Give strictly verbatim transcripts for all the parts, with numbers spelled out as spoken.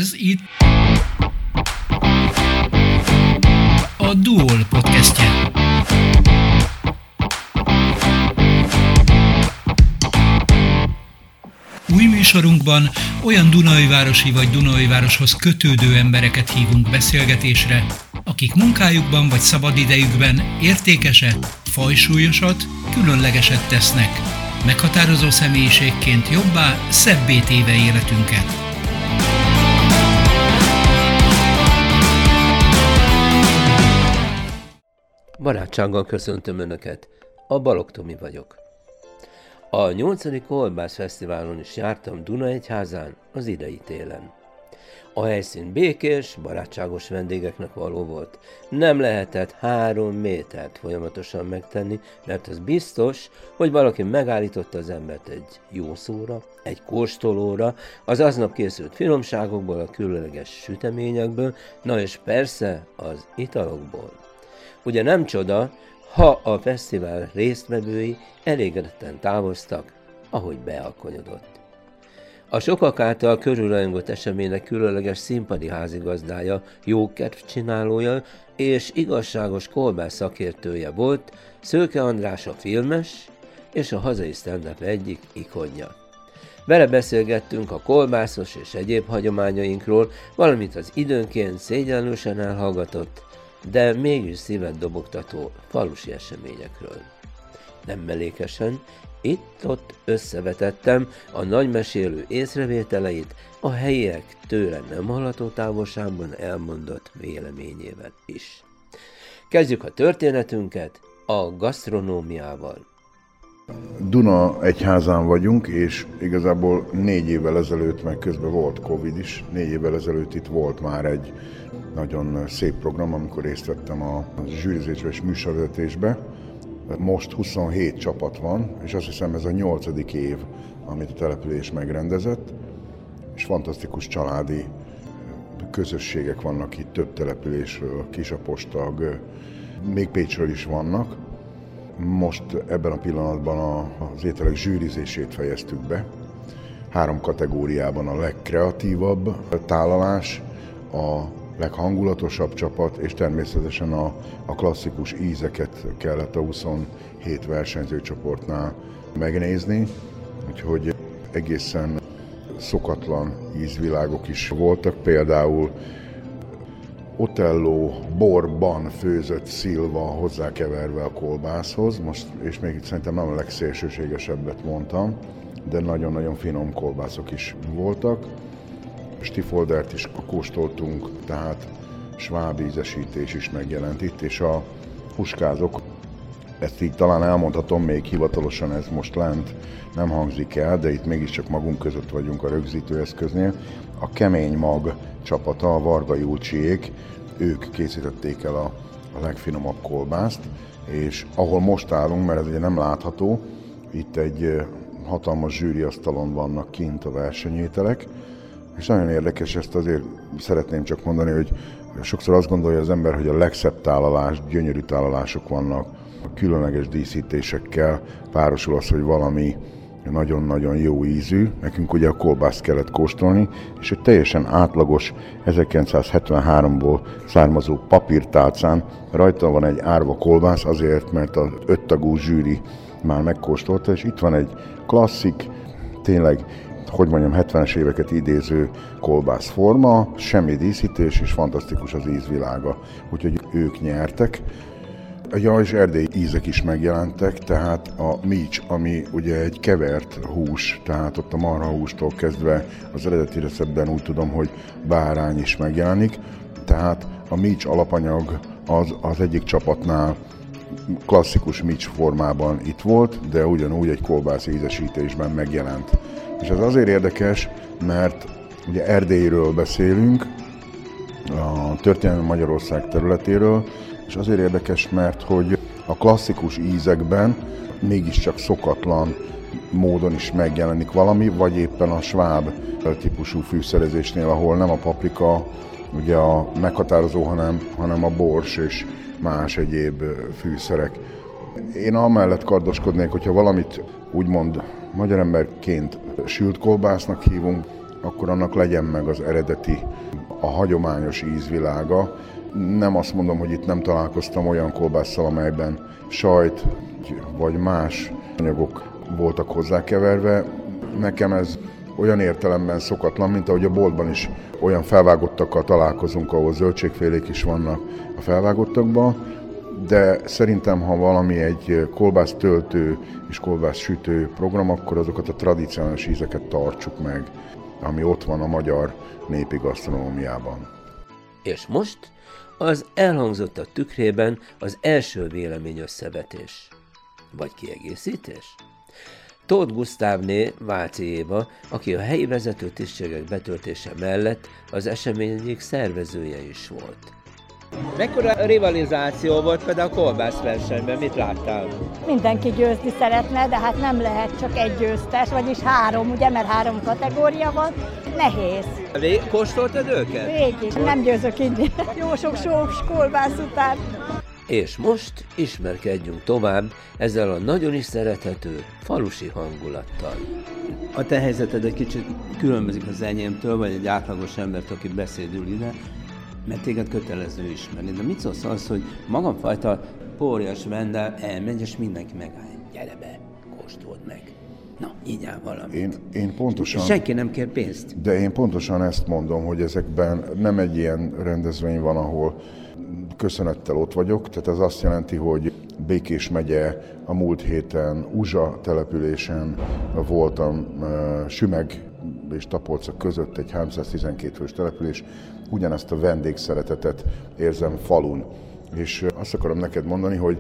Ez itt a Duol podcastje. Új műsorunkban olyan Dunaújvárosi vagy Dunaújvároshoz kötődő embereket hívunk beszélgetésre, akik munkájukban vagy szabadidejükben értékeset, fajsúlyosat, különlegeset tesznek, meghatározó személyiségként jobbá, szebbé téve életünket. Barátsággal köszöntöm Önöket, a Balogh Tomi vagyok. A nyolcadik Kolbász Fesztiválon is jártam Dunaegyházán az idei télen. A helyszín békés, barátságos vendégeknek való volt. Nem lehetett három métert folyamatosan megtenni, mert az biztos, hogy valaki megállította az embert egy jó szóra, egy kóstolóra, az aznap készült finomságokból, a különleges süteményekből, na és persze az italokból. Ugye nem csoda, ha a fesztivál résztvevői elégedetten távoztak, ahogy bealkonyodott. A sokak által körülrajongott eseménynek különleges színpadi házigazdája, jó kedvcsinálója és igazságos kolbász szakértője volt Szőke András, a filmes és a hazai stand-up egyik ikonja. Vele beszélgettünk a kolbászos és egyéb hagyományainkról, valamint az időnként szégyenlősen elhallgatott, de mégis szívet dobogtató falusi eseményekről. Nem mellékesen, itt-ott összevetettem a nagymesélő észrevételeit a helyiek tőle nem hallható távolságban elmondott véleményével is. Kezdjük a történetünket a gasztronómiával. Dunaegyházán vagyunk, és igazából négy évvel ezelőtt, meg közben volt Covid is, négy évvel ezelőtt itt volt már egy nagyon szép program, amikor részt vettem a zsűrizésbe és műsorvezetésbe. Most huszonhét csapat van, és azt hiszem ez a nyolcadik év, amit a település megrendezett, és fantasztikus családi közösségek vannak itt több településről, Kisapostag, még Pécsről is vannak. Most ebben a pillanatban az ételek zsűrizését fejeztük be. Három kategóriában a legkreatívabb tálalás, a leghangulatosabb csapat, és természetesen a, a klasszikus ízeket kellett a huszonhét versenyzőcsoportnál megnézni, úgyhogy egészen szokatlan ízvilágok is voltak, például Otello borban főzött szilva hozzákeverve a kolbászhoz, most, és még itt szerintem nem a legszélsőségesebbet mondtam, de nagyon-nagyon finom kolbászok is voltak. Stifoldert is kóstoltunk, tehát sváb ízesítés is megjelent itt, és a huskázok, ezt így talán elmondhatom, még hivatalosan ez most lent nem hangzik el, de itt mégiscsak magunk között vagyunk a rögzítőeszköznél. A Kemény Mag csapata, a Varga Julcsiék, ők készítették el a, a legfinomabb kolbászt, és ahol most állunk, mert ez ugye nem látható, itt egy hatalmas zsűriasztalon vannak kint a versenyételek, és nagyon érdekes, ezt azért szeretném csak mondani, hogy sokszor azt gondolja az ember, hogy a legszebb tálalás, gyönyörű tálalások vannak, a különleges díszítésekkel párosul az, hogy valami nagyon-nagyon jó ízű. Nekünk ugye a kolbászt kellett kóstolni, és egy teljesen átlagos ezerkilencszázhetvenháromból származó papírtálcán rajta van egy árva kolbász, azért, mert az öttagú zsűri már megkóstolta, és itt van egy klasszik, tényleg, hogy mondjam, hetvenes éveket idéző kolbászforma, semmi díszítés, és fantasztikus az ízvilága. Úgyhogy ők nyertek. Ja, és erdélyi ízek is megjelentek, tehát a mícs, ami ugye egy kevert hús, tehát ott a marhahústól kezdve az eredeti receptben úgy tudom, hogy bárány is megjelenik, tehát a mícs alapanyag az, az egyik csapatnál klasszikus mícs formában itt volt, de ugyanúgy egy kolbász ízesítésben megjelent. És ez azért érdekes, mert ugye Erdélyről beszélünk, a történelmi Magyarország területéről, és azért érdekes, mert hogy a klasszikus ízekben mégiscsak szokatlan módon is megjelenik valami, vagy éppen a sváb típusú fűszerezésnél, ahol nem a paprika ugye a meghatározó, hanem, hanem a bors és más egyéb fűszerek. Én amellett kardoskodnék, hogyha valamit úgymond magyar emberként sült kolbásznak hívunk, akkor annak legyen meg az eredeti, a hagyományos ízvilága. Nem azt mondom, hogy itt nem találkoztam olyan kolbásszal, amelyben sajt vagy más anyagok voltak hozzákeverve. Nekem ez olyan értelemben szokatlan, mint ahogy a boltban is olyan felvágottakkal találkozunk, ahol zöldségfélék is vannak a felvágottakban, de szerintem, ha valami egy kolbásztöltő és kolbászsütő program, akkor azokat a tradicionális ízeket tartsuk meg, ami ott van a magyar népi gasztronómiában. És most az elhangzottak tükrében az első vélemény összevetés. Vagy kiegészítés? Tóth Gusztávné Váci Éva, aki a helyi vezető tisztségek betöltése mellett az esemény egyik szervezője is volt. Mekkora rivalizáció volt például a kolbászversenyben, mit láttál? Mindenki győzni szeretne, de hát nem lehet csak egy győztes, vagyis három, ugye, mert három kategória van, nehéz. Vég, kóstoltad őket? Végig, nem győzök inni. Jó sok sós kolbász után. És most ismerkedjünk tovább ezzel a nagyon is szerethető falusi hangulattal. A te helyzeted egy kicsit különbözik az enyémtől, vagy egy átlagos embert, aki beszédül ide, mert téged kötelező ismerni. De mit szólsz az, hogy magamfajta pórias vendel elmegy, és mindenki megáll. Gyere be, kóstold meg. Na, így áll valamit. Én, én pontosan, és senki nem kér pénzt. De én pontosan ezt mondom, hogy ezekben nem egy ilyen rendezvény van, ahol köszönettel ott vagyok. Tehát ez azt jelenti, hogy Békés megye a múlt héten Uzsa településen voltam, Sümeg és Tapolca között egy háromszáztizenkét fős település, ugyanezt a vendégszeretetet érzem falun. És azt akarom neked mondani, hogy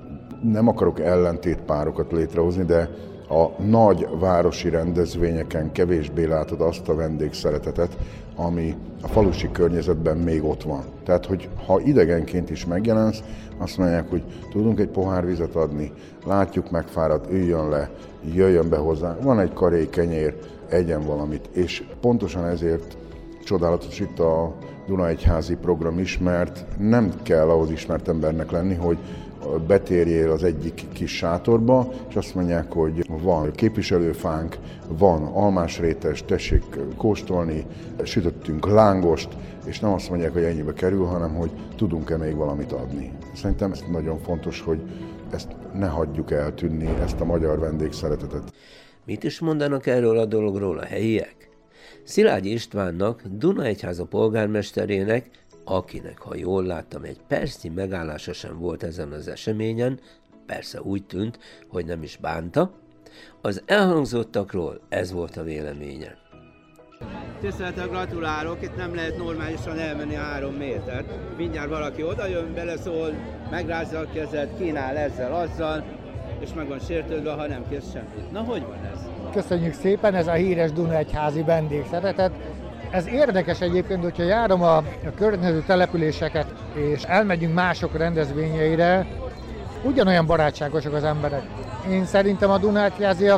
nem akarok ellentétpárokat létrehozni, de a nagy városi rendezvényeken kevésbé látod azt a vendégszeretetet, ami a falusi környezetben még ott van. Tehát, hogy ha idegenként is megjelensz, azt mondják, hogy tudunk egy pohár vizet adni, látjuk megfáradt, üljön le, jöjjön be hozzánk, van egy karéj kenyér, egyen valamit. És pontosan ezért csodálatos itt a Dunaegyházi program is, mert nem kell ahhoz ismert embernek lenni, hogy betérjél az egyik kis sátorba, és azt mondják, hogy van képviselőfánk, van almásrétes, tessék kóstolni, sütöttünk lángost, és nem azt mondják, hogy ennyibe kerül, hanem hogy tudunk-e még valamit adni. Szerintem ez nagyon fontos, hogy ezt ne hagyjuk eltűnni, ezt a magyar vendégszeretetet. Mit is mondanak erről a dologról a helyiek? Szilágyi Istvánnak, Dunaegyháza polgármesterének, akinek, ha jól láttam, egy percnyi megállása sem volt ezen az eseményen, persze úgy tűnt, hogy nem is bánta, az elhangzottakról ez volt a véleménye. Tisztelettel gratulálok, itt nem lehet normálisan elmenni három métert. Mindjárt valaki odajön, beleszól, megrázza a kezet, kínál ezzel, azzal, és meg van sértődve, ha nem kész semmit. Na, hogy van ez? Köszönjük szépen, ez a híres Dunaegyházi vendégszeretet. Ez érdekes egyébként, hogyha járom a, a környező településeket, és elmegyünk mások rendezvényeire, ugyanolyan barátságosak az emberek. Én szerintem a dunaegyháziak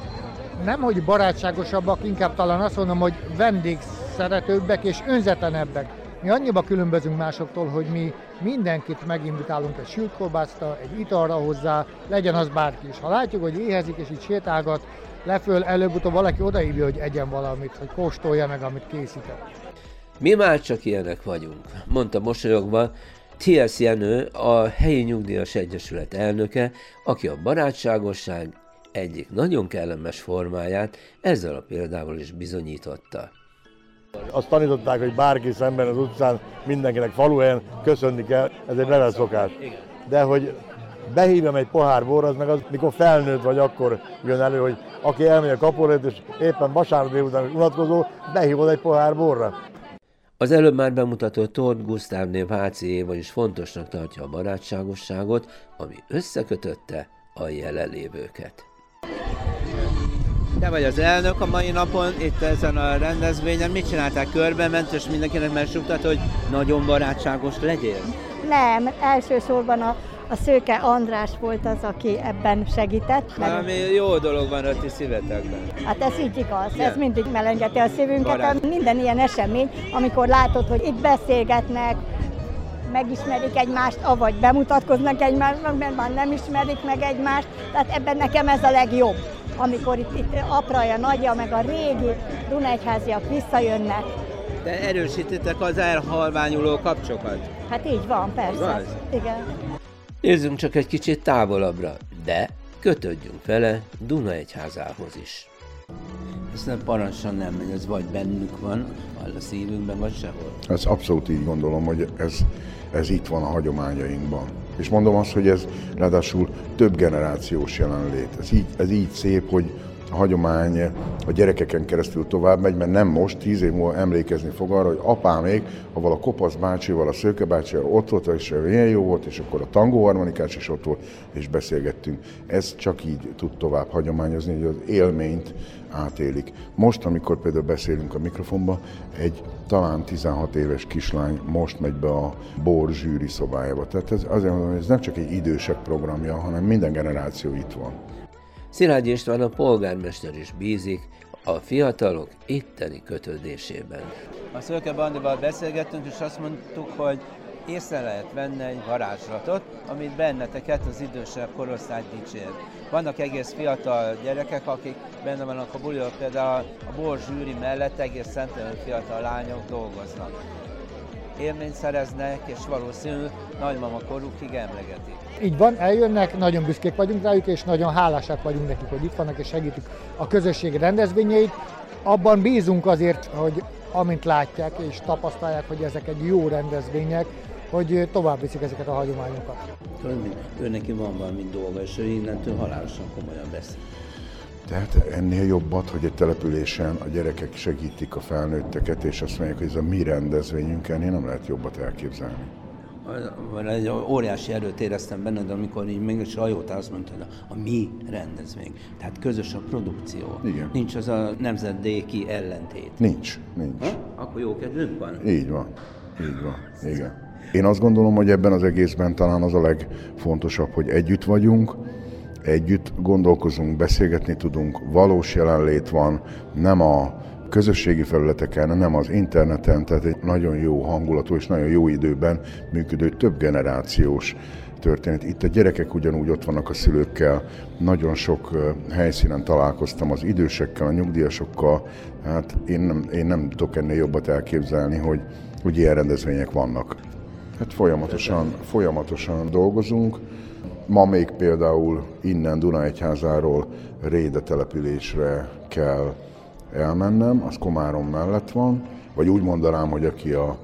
nem, hogy barátságosabbak, inkább talán azt mondom, hogy vendégszeretőbbek és önzetlenebbek. Mi annyiba különbözünk másoktól, hogy mi mindenkit meginvitálunk egy sült kolbászra, egy italra hozzá, legyen az bárki is. Ha látjuk, hogy éhezik és így sétálgat, leföl, előbb-utóbb valaki odaívja, hogy egyen valamit, hogy kóstolja meg, amit készített. Mi már csak ilyenek vagyunk, mondta mosolyogva Thiesz Jenő, a helyi nyugdíjas egyesület elnöke, aki a barátságosság egyik nagyon kellemes formáját ezzel a példával is bizonyította. Azt tanították, hogy bárki szemben az utcán mindenkinek faluhelyen köszönni kell, ez egy neves szokás. De hogy behívjam egy pohár borra, az meg az, mikor felnőtt vagy, akkor jön elő, hogy aki elmegy a kapuért, és éppen vasárnap délután unatkozó, behívod egy pohár borra. Az előbb már bemutatott Tóth Gusztávné Váci Éva is fontosnak tartja a barátságosságot, ami összekötötte a jelenlévőket. Te vagy az elnök a mai napon, itt ezen a rendezvényen. Mit csináltál? Körbement, és mindenkinek megsúgtad, hogy nagyon barátságos legyél? Nem, elsősorban a, a Szőke András volt az, aki ebben segített. Valami jó dolog van a ti szívetekben. Hát ez így igaz, Igen. ez mindig melengeti a szívünket. Barát. Minden ilyen esemény, amikor látod, hogy itt beszélgetnek, megismerik egymást, avagy bemutatkoznak egymásnak, mert már nem ismerik meg egymást. Tehát ebben nekem ez a legjobb. amikor itt, itt apraja, nagyja, meg a régi dunaegyháziak visszajönnek. De erősítitek az elhalványuló kapcsokat? Hát így van, persze. Igaz? Igen. Nézzünk csak egy kicsit távolabbra, de kötődjünk vele Dunaegyházához is. Ez nem parancsan nem megy, ez vagy bennük van, vagy a szívünkben, vagy sehol. Ez abszolút így gondolom, hogy ez, ez itt van a hagyományainkban. És mondom azt, hogy ez ráadásul több generációs jelenlét. Ez így, ez így szép, hogy a hagyomány a gyerekeken keresztül tovább megy, mert nem most, tíz év múlva emlékezni fog arra, hogy apámék, avval a Kopasz bácsival, a Szőke bácsival ott volt, és milyen jó volt, és akkor a tangóharmonikás is ott volt, és beszélgettünk. Ez csak így tud tovább hagyományozni, hogy az élményt átélik. Most, amikor például beszélünk a mikrofonba, egy talán tizenhat éves kislány most megy be a bor zsűri szobájába. Tehát ez, azért mondom, hogy ez nem csak egy idősek programja, hanem minden generáció itt van. Szilágyi István a polgármester is bízik a fiatalok itteni kötődésében. A Szőke Bandival beszélgettünk, és azt mondtuk, hogy észre lehet venni egy varázslatot, amit benneteket az idősebb korosztály dicsér. Vannak egész fiatal gyerekek, akik benne vannak a buliok, például a bor zsűri mellett egész szemtelenül fiatal lányok dolgoznak. Élményt szereznek, és valószínűleg nagymama korukig emlegetik. Így van, eljönnek, nagyon büszkék vagyunk rájuk, és nagyon hálásak vagyunk nekik, hogy itt vannak, és segítik a közösség rendezvényeit. Abban bízunk azért, hogy amint látják és tapasztalják, hogy ezek egy jó rendezvények, hogy tovább viszik ezeket a hagyományokat. Ő neki van valami dolga, és ő innentől halálosan komolyan beszél. Tehát ennél jobbat, hogy egy településen a gyerekek segítik a felnőtteket, és azt mondják, hogy ez a mi rendezvényünk, ennél nem lehet jobbat elképzelni. Egy óriási erőt éreztem benned, amikor így mégis hajótál, azt mondtad, a, a mi rendezvény. Tehát közös a produkció. Igen. Nincs az a nemzedéki ellentét. Nincs, nincs. Ha? Akkor jó kedvünk van? Így van, így van, igen. Én azt gondolom, hogy ebben az egészben talán az a legfontosabb, hogy együtt vagyunk, együtt gondolkozunk, beszélgetni tudunk, valós jelenlét van, nem a közösségi felületeken, nem az interneten, tehát egy nagyon jó hangulatú és nagyon jó időben működő több generációs történet. Itt a gyerekek ugyanúgy ott vannak a szülőkkel, nagyon sok helyszínen találkoztam az idősekkel, a nyugdíjasokkal, hát én nem, én nem tudok ennél jobbat elképzelni, hogy, hogy ilyen rendezvények vannak. Hát folyamatosan, folyamatosan dolgozunk. Ma még például innen Dunaegyházáról Réde településre kell elmennem, az Komárom mellett van, vagy úgy mondanám, hogy aki a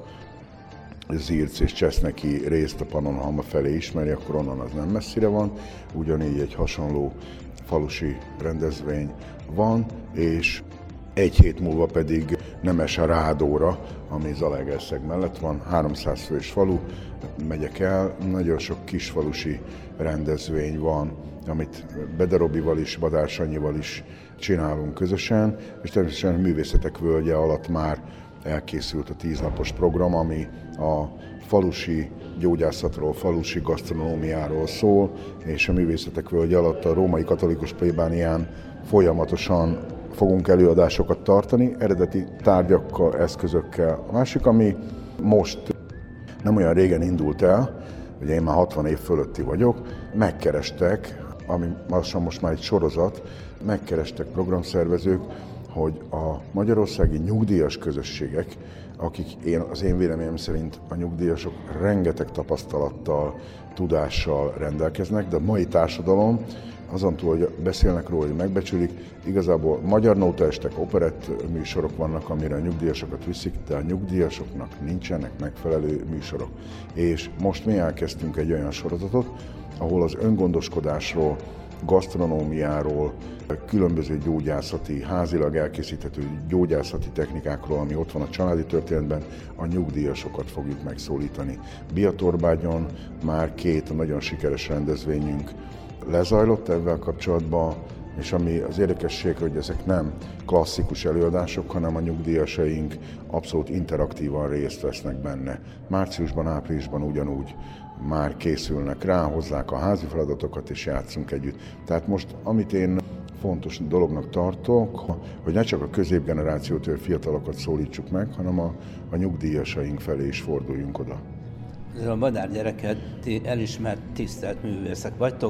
Zirc és Cseszneki részt a Pannonhalma felé ismeri, akkor onnan az nem messzire van. Ugyanígy egy hasonló falusi rendezvény van, és egy hét múlva pedig Nemes a Rádóra, ami Zalaegerszeg mellett van, háromszáz fős falu, megyek el, nagyon sok kisfalusi rendezvény van, amit Bede Robival is, Badár Sanyival is csinálunk közösen, és természetesen a Művészetek Völgye alatt már elkészült a tíznapos program, ami a falusi gyógyászatról, falusi gasztronómiáról szól, és a Művészetek Völgye alatt a római katolikus plébánián folyamatosan fogunk előadásokat tartani, eredeti tárgyakkal, eszközökkel. A másik, ami most nem olyan régen indult el, ugye én már hatvan év fölötti vagyok, megkerestek, ami lassan most már egy sorozat, megkerestek programszervezők, hogy a magyarországi nyugdíjas közösségek, akik én, az én véleményem szerint a nyugdíjasok rengeteg tapasztalattal, tudással rendelkeznek, de a mai társadalom azon túl, hogy beszélnek róla, hogy megbecsülik, igazából magyar nótaestek, operett műsorok vannak, amire a nyugdíjasokat viszik, de a nyugdíjasoknak nincsenek megfelelő műsorok. És most mi elkezdtünk egy olyan sorozatot, ahol az öngondoskodásról, gasztronómiáról, különböző gyógyászati, házilag elkészíthető gyógyászati technikákról, ami ott van a családi történetben, a nyugdíjasokat fogjuk megszólítani. Biatorbágyon már két nagyon sikeres rendezvényünk lezajlott ebben kapcsolatban, és ami az érdekesség, hogy ezek nem klasszikus előadások, hanem a nyugdíjasaink abszolút interaktívan részt vesznek benne. Márciusban, áprilisban ugyanúgy már készülnek rá, hozzák a házi feladatokat és játszunk együtt. Tehát most, amit én fontos dolognak tartok, hogy ne csak a középgenerációtól fiatalokat szólítsuk meg, hanem a, a nyugdíjasaink felé is forduljunk oda. A Badár gyereket, ti elismert, tisztelt művészek vagytok,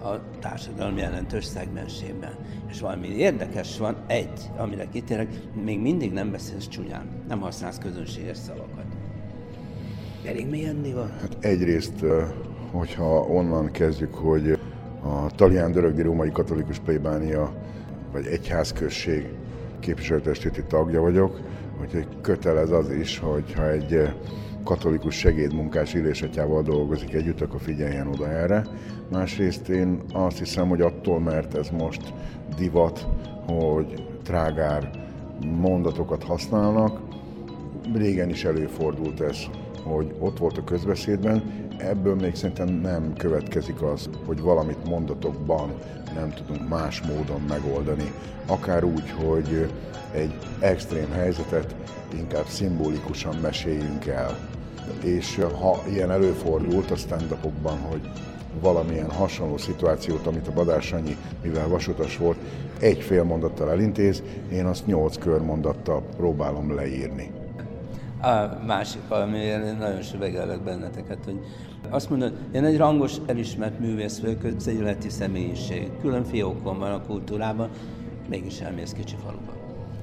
a társadalom jelentős szegmensében. És valami érdekes van, egy, amire kitérek, még mindig nem beszélsz csúnyán, nem használsz közönséges szavakat. Elég mi enni van? Hát egyrészt, hogyha onnan kezdjük, hogy a Talián Dörögdi Római Katolikus Plébánia, vagy egyházközség képviselőtestületi tagja vagyok, úgyhogy kötelez az is, hogyha egy katolikus segédmunkás édesatjával dolgozik együtt, akkor figyeljen oda erre. Másrészt én azt hiszem, hogy attól, mert ez most divat, hogy trágár mondatokat használnak, régen is előfordult ez, hogy ott volt a közbeszédben, ebből még szerintem nem következik az, hogy valamit mondatokban nem tudunk más módon megoldani. Akár úgy, hogy egy extrém helyzetet inkább szimbolikusan meséljünk el. És ha ilyen előfordult a stand-upokban, hogy valamilyen hasonló szituációt, amit a Badár Sanyi, mivel vasutas volt, egy fél mondattal elintéz, én azt nyolc körmondattal próbálom leírni. A másik, amire nagyon süvegelek benneteket, hogy azt mondod, én egy rangos, elismert művész vagyok, közéleti személyiség, külön fiókon van a kultúrában, mégis elmész kicsi faluba.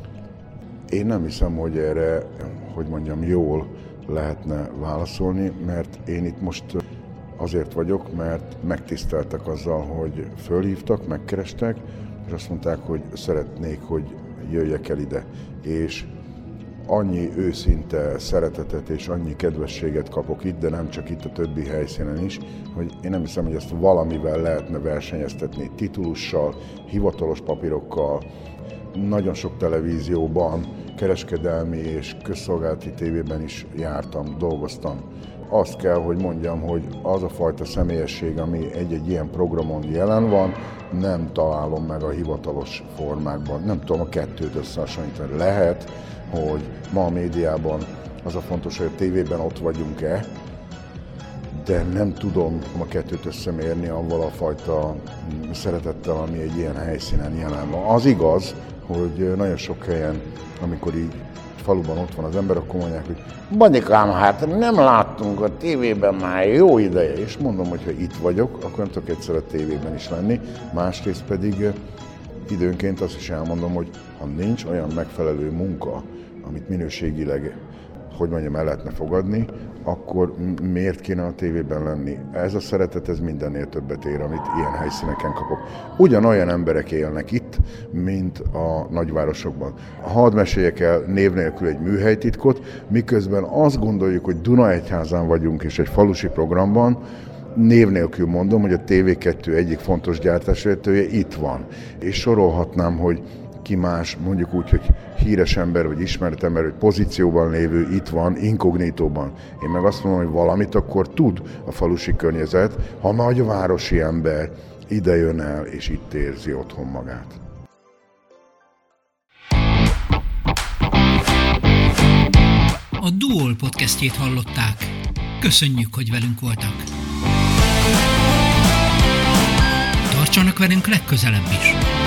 Én nem hiszem, hogy erre, hogy mondjam, jól lehetne válaszolni, mert én itt most azért vagyok, mert megtiszteltek azzal, hogy fölhívtak, megkerestek, és azt mondták, hogy szeretnék, hogy jöjjek el ide. És annyi őszinte szeretetet és annyi kedvességet kapok itt, de nem csak itt, a többi helyszínen is, hogy én nem hiszem, hogy ezt valamivel lehetne versenyeztetni, titulussal, hivatalos papírokkal. Nagyon sok televízióban, kereskedelmi és közszolgálati tévében is jártam, dolgoztam. Azt kell, hogy mondjam, hogy az a fajta személyesség, ami egy-egy ilyen programon jelen van, nem találom meg a hivatalos formákban. Nem tudom a kettőt összehasonlítani. Lehet, hogy ma a médiában az a fontos, hogy a tévében ott vagyunk-e, de nem tudom a kettőt összemérni avval a fajta szeretettel, ami egy ilyen helyszínen jelen van. Az igaz, hogy nagyon sok helyen, amikor így faluban ott van az ember, akkor mondják, hogy Banikám, hát nem láttunk a tévében már jó ideje, és mondom, hogy ha itt vagyok, akkor nem tudok egyszer a tévében is lenni, másrészt pedig időnként azt is elmondom, hogy ha nincs olyan megfelelő munka, amit minőségileg, hogy mondjam, el lehetne fogadni, akkor miért kéne a tévében lenni? Ez a szeretet, ez mindennél többet ér, amit ilyen helyszíneken kapok. Ugyanolyan emberek élnek itt, mint a nagyvárosokban. Hadd meséljek el név nélkül egy műhelytitkot, miközben azt gondoljuk, hogy Dunaegyházán vagyunk és egy falusi programban, név nélkül mondom, hogy a té vé kettő egyik fontos gyártásvezetője itt van. És sorolhatnám, hogy ki más, mondjuk úgy, hogy híres ember, vagy ismert ember, vagy pozícióban lévő itt van, inkognitóban. Én meg azt mondom, hogy valamit akkor tud a falusi környezet, ha nagyvárosi ember ide jön el, és itt érzi otthon magát. A Duol podcastjét hallották. Köszönjük, hogy velünk voltak. Tartsanak velünk legközelebb is!